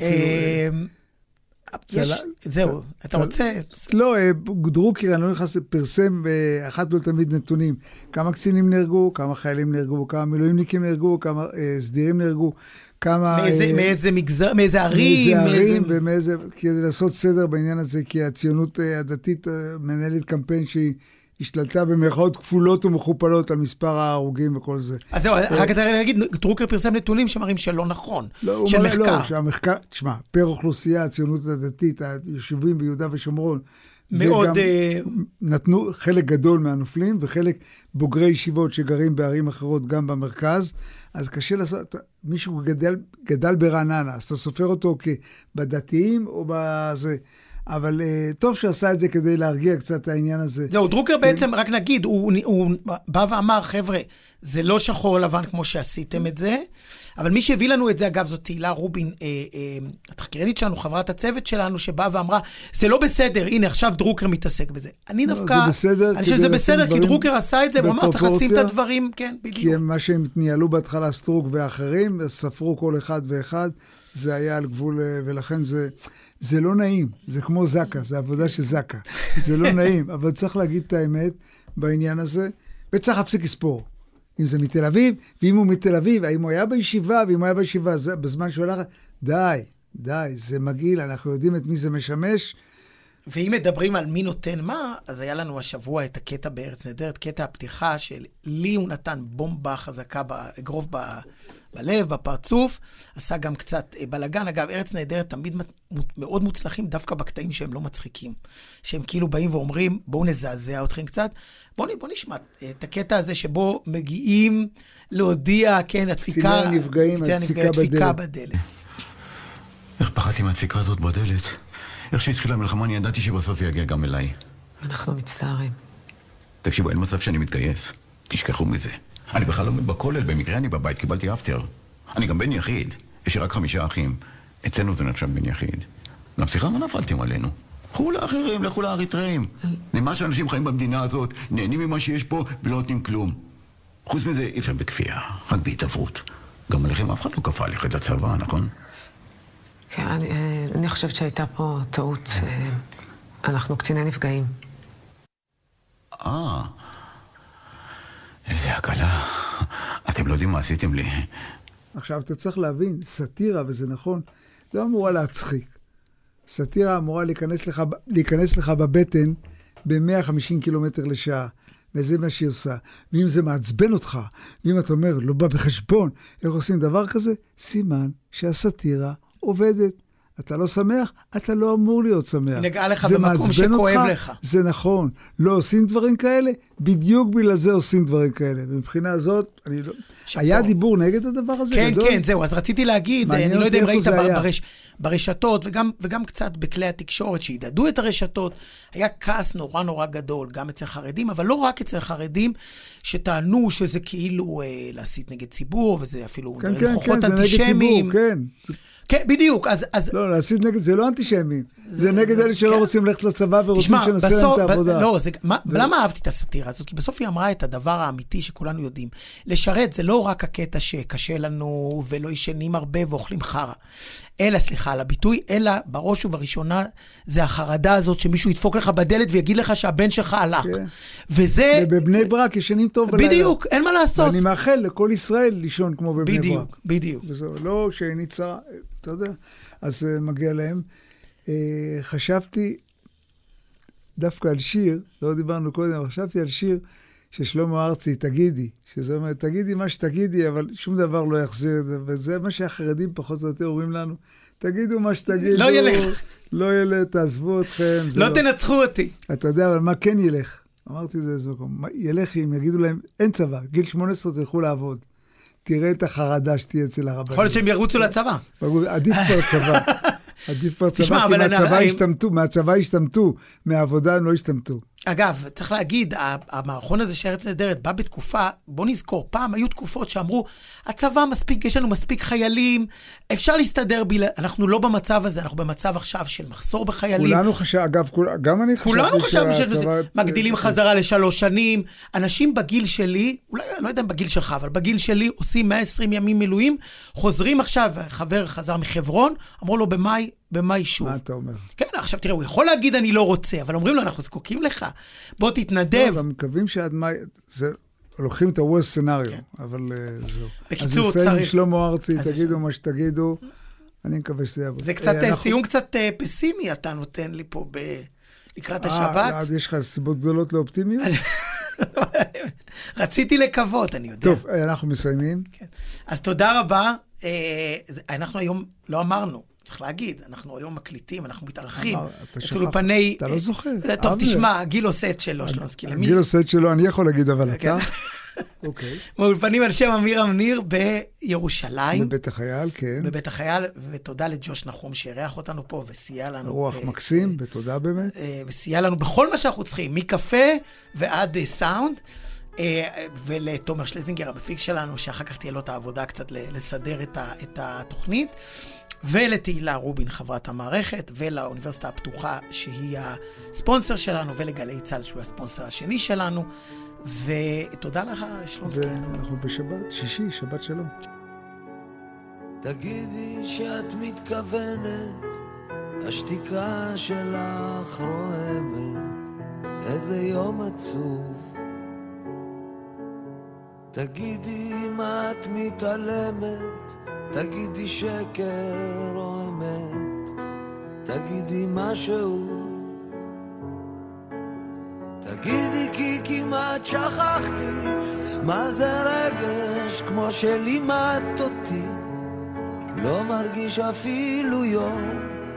זהו, אתה רוצה... לא, דרוקר, אני לא נכנס לפרסם, אחת לא תמיד נתונים. כמה קצינים נהרגו, כמה חיילים נהרגו, כמה מילואימניקים נהרגו, כמה סדירים נהרגו, כמה... מאיזה מגזר, מאיזה ערים. מאיזה ערים ומאיזה... כדי לעשות סדר בעניין הזה, כי הציונות הדתית מנהלת קמפיין שהיא השתלטה במרכאות כפולות ומכופלות על מספר ההרוגים וכל זה. אז זהו, רק אתה להגיד, דרוקר פרסם נתונים שמראים שלא נכון, של מחקר. לא, שהמחקר, תשמע, פר אוכלוסייה, הציונות הדתית, היישובים ביהודה ושומרון, מאוד... נתנו חלק גדול מהנופלים, וחלק בוגרי ישיבות שגרים בערים אחרות גם במרכז, אז קשה לעשות, מישהו גדל, גדל ברעננה, אז אתה סופר אותו כבדתיים או בזה... אבל uh, טוב שעשה את זה כדי להרגיע קצת העניין הזה. זהו, דרוקר בעצם, רק נגיד, הוא, הוא בא ואמר, חבר'ה, זה לא שחור לבן כמו שעשיתם את זה, אבל מי שהביא לנו את זה, אגב, זאת תהילה רובין, אה, אה, התחקירנית שלנו, חברת הצוות שלנו, שבאה ואמרה, זה לא בסדר, הנה, עכשיו דרוקר מתעסק בזה. אני דווקא, לא, זה בסדר, אני חושב שזה בסדר, כי דרוקר עשה את זה, הוא אמר, צריך לשים את הדברים, כן, בדיוק. כי מה שהם ניהלו בהתחלה סטרוק ואחרים, ספרו כל אחד ואחד, זה היה על גבול, ולכן זה... זה לא נעים, זה כמו זקה, זה עבודה של זקה. זה לא נעים, אבל צריך להגיד את האמת בעניין הזה, וצריך להפסיק לספור. אם זה מתל אביב, ואם הוא מתל אביב, האם הוא היה בישיבה, ואם הוא היה בישיבה, זה, בזמן שהוא הלך, די, די, זה מגעיל, אנחנו יודעים את מי זה משמש. ואם מדברים על מי נותן מה, אז היה לנו השבוע את הקטע בארץ נהדרת, קטע הפתיחה של לי הוא נתן בומבה חזקה, אגרוף ב... בלב, בפרצוף, עשה גם קצת בלגן. אגב, ארץ נהדרת תמיד מאוד מוצלחים, דווקא בקטעים שהם לא מצחיקים. שהם כאילו באים ואומרים, בואו נזעזע אתכם קצת. בואו בוא נשמע את הקטע הזה שבו מגיעים להודיע, כן, הדפיקה... קציני הנפגעים, הדפיקה בדלת. איך פחדתי מהדפיקה הזאת בדלת? איך שהתחילה המלחמה, אני ידעתי שבסוף זה יגיע גם אליי. אנחנו מצטערים. תקשיבו, אין מצב שאני מתגייס. תשכחו מזה. אני בכלל לא בכולל, במקרה אני בבית, קיבלתי אפטר. אני גם בן יחיד, יש לי רק חמישה אחים. אצלנו זה נחשב בן יחיד. גם סליחה, מה נפלתם עלינו? לכו לאחרים, לכו לאריתראים. נמה שאנשים חיים במדינה הזאת, נהנים ממה שיש פה ולא נותנים כלום. חוץ מזה, אי אפשר בכפייה, רק בהתעברות. גם עליכם אף אחד לא כפה ללכת לצבא, נכון? כן, אני, אני חושבת שהייתה פה טעות. אנחנו קציני נפגעים. אה... איזה הקלה. אתם לא יודעים מה עשיתם לי. עכשיו, אתה צריך להבין, סטירה, וזה נכון, לא אמורה להצחיק. סטירה אמורה להיכנס לך, להיכנס לך בבטן ב-מאה וחמישים קילומטר לשעה, וזה מה שהיא עושה. ואם זה מעצבן אותך, ואם אתה אומר, לא בא בחשבון, איך עושים דבר כזה? סימן שהסטירה עובדת. אתה לא שמח, אתה לא אמור להיות שמח. היא נגעה לך במקום שכואב אותך, לך. זה נכון. לא עושים דברים כאלה, בדיוק בגלל זה עושים דברים כאלה. ומבחינה הזאת, אני לא... היה דיבור נגד הדבר הזה? כן, גדול? כן, זהו. אז רציתי להגיד, אני לא יודע אם ראית ברש... ברשתות, וגם, וגם קצת בכלי התקשורת, שידעדו את הרשתות, היה כעס נורא נורא גדול, גם אצל חרדים, אבל לא רק אצל חרדים, שטענו שזה כאילו אה, להסית נגד ציבור, וזה אפילו כן, כן, כוחות כן, אנטישמיים. כן, כן, בדיוק, אז... אז... לא, להסית נגד, זה לא אנטישמיים. זה נגד אלה שלא רוצים ללכת לצבא ורוצים שנעשה את העבודה. לא, זה... למה אהבתי את הסאטירה הזאת, כי בסוף היא אמרה את הדבר האמיתי שכולנו יודעים. לשרת זה לא רק הקטע שקשה לנו ולא ישנים הרבה ואוכלים חרה. אלא, סליחה על הביטוי, אלא בראש ובראשונה זה החרדה הזאת שמישהו ידפוק לך בדלת ויגיד לך שהבן שלך הלך. כן. וזה... ובבני ברק ישנים טוב בלילה. בדיוק, אין מה לעשות. ואני מאחל לכל ישראל לישון כמו בבני ברק. בדיוק, בדיוק. וזהו, לא שאיני צרה, אתה יודע, אז uh, מגיע להם. Uh, חשבתי דווקא על שיר, לא דיברנו קודם, אבל חשבתי על שיר ששלמה ארצי, תגידי, שזה אומר, תגידי מה שתגידי, אבל שום דבר לא יחזיר את זה, וזה מה שהחרדים פחות או יותר אומרים לנו, תגידו מה שתגידו, לא ילך. לא ילך, תעזבו אתכם. לא תנצחו אותי. אתה יודע, אבל מה כן ילך? אמרתי זה איזה מקום, ילך אם יגידו להם, אין צבא, גיל שמונה עשרה תלכו לעבוד. תראה את החרדה שתהיה אצל הרבנים. יכול להיות שהם ירוצו לצבא. עדיף כבר צבא. עדיף כבר צבא, כי מהצבא השתמטו, מהצבא השתמטו, מהעבודה הם לא השתמטו. אגב, צריך להגיד, המערכון הזה שארץ נהדרת בא בתקופה, בוא נזכור, פעם היו תקופות שאמרו, הצבא מספיק, יש לנו מספיק חיילים, אפשר להסתדר בי, אנחנו לא במצב הזה, אנחנו במצב עכשיו של מחסור בחיילים. כולנו חשב, אגב, גם אני חשבתי כולנו חשבנו שמגדילים חזרה לשלוש שנים, אנשים בגיל שלי, אולי לא יודע אם בגיל שלך, אבל בגיל שלי עושים מאה ועשרים ימים מילואים, חוזרים עכשיו, חבר חזר מחברון, אמרו לו במאי, במאי שוב. מה אתה אומר? כן, עכשיו תראה, הוא יכול להגיד אני לא רוצה, אבל אומרים לו, אנחנו זקוקים לך, בוא תתנדב. לא, מקווים שעד מאי, זה, לוקחים את ה-worst scenario, אבל זהו. בקיצור, אז נסיים עם שלמה ארצי, תגידו מה שתגידו, אני מקווה שזה יעבוד. זה קצת, סיום קצת פסימי אתה נותן לי פה לקראת השבת. אז יש לך סיבות גדולות לאופטימיות? רציתי לקוות, אני יודע. טוב, אנחנו מסיימים. אז תודה רבה. אנחנו היום לא אמרנו, צריך להגיד, אנחנו היום מקליטים, אנחנו מתארחים. אתה לא זוכר. טוב, תשמע, גיל עושה את שלו, שלא נזכיר למי. גיל עושה את שלו, אני יכול להגיד, אבל אתה. אוקיי. מאולפנים על שם אמירם ניר בירושלים. בבית החייל, כן. בבית החייל, ותודה לג'וש נחום שאירח אותנו פה וסייע לנו. רוח מקסים, ותודה באמת. וסייע לנו בכל מה שאנחנו צריכים, מקפה ועד סאונד. ולתומר שלזינגר, המפיק שלנו, שאחר כך תהיה לו את העבודה קצת לסדר את התוכנית. ולתהילה רובין, חברת המערכת, ולאוניברסיטה הפתוחה, שהיא הספונסר שלנו, ולגלי צה"ל, שהוא הספונסר השני שלנו. ותודה לך, שלונסקי. ואנחנו בשבת, שישי, שבת שלום. תגידי שאת מתכוונת, השתיקה שלך רועמת, איזה יום עצוב. תגידי מה את מתעלמת, תגידי שקר או אמת, תגידי משהו. תגידי כי כמעט שכחתי מה זה רגש כמו שלימדת אותי, לא מרגיש אפילו יום.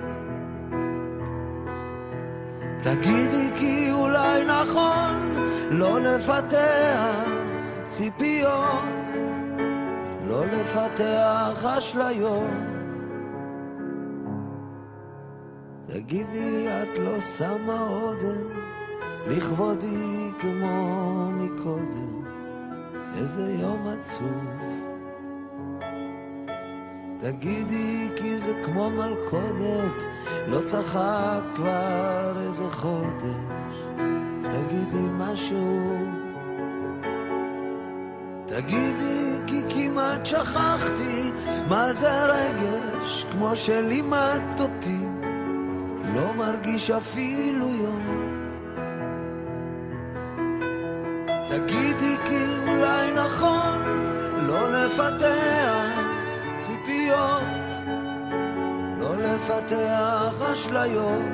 תגידי כי אולי נכון לא לפתח ציפיות, לא לפתח אשליות. תגידי את לא שמה עודם לכבודי כמו מקודם, איזה יום עצוב. תגידי כי זה כמו מלכודת, לא צחק כבר איזה חודש, תגידי משהו. תגידי כי כמעט שכחתי מה זה רגש כמו שלימדת אותי, לא מרגיש אפילו יום. תגידי כי אולי נכון לא לפתח ציפיות, לא לפתח אשליות.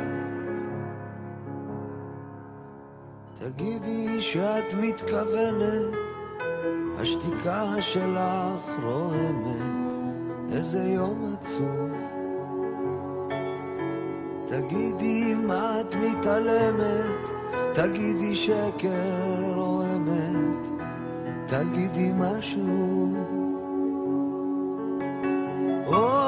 תגידי שאת מתכוונת, השתיקה שלך רועמת, איזה יום עצוב. תגידי מה את מתעלמת, תגידי שקר או אמת, תגידי משהו.